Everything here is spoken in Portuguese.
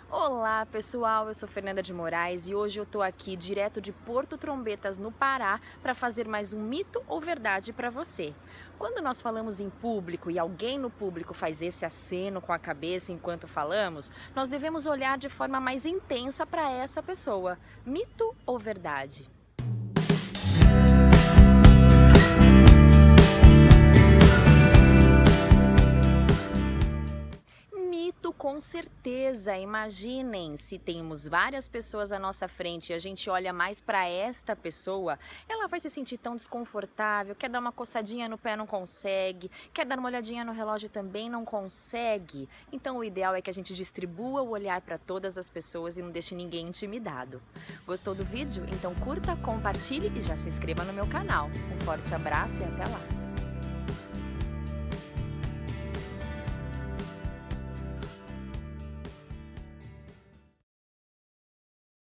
Olá pessoal, eu sou Fernanda de Moraes e hoje eu tô aqui direto de Porto Trombetas, no Pará, para fazer mais um mito ou verdade para você. Quando nós falamos em público e alguém no público faz esse aceno com a cabeça enquanto falamos, nós devemos olhar de forma mais intensa para essa pessoa. Mito ou verdade? Mito, com certeza. Imaginem, se temos várias pessoas à nossa frente e a gente olha mais para esta pessoa, ela vai se sentir tão desconfortável, quer dar uma coçadinha no pé, não consegue, quer dar uma olhadinha no relógio, também não consegue. Então o ideal é que a gente distribua o olhar para todas as pessoas e não deixe ninguém intimidado. Gostou do vídeo? Então curta, compartilhe e já se inscreva no meu canal. Um forte abraço e até lá!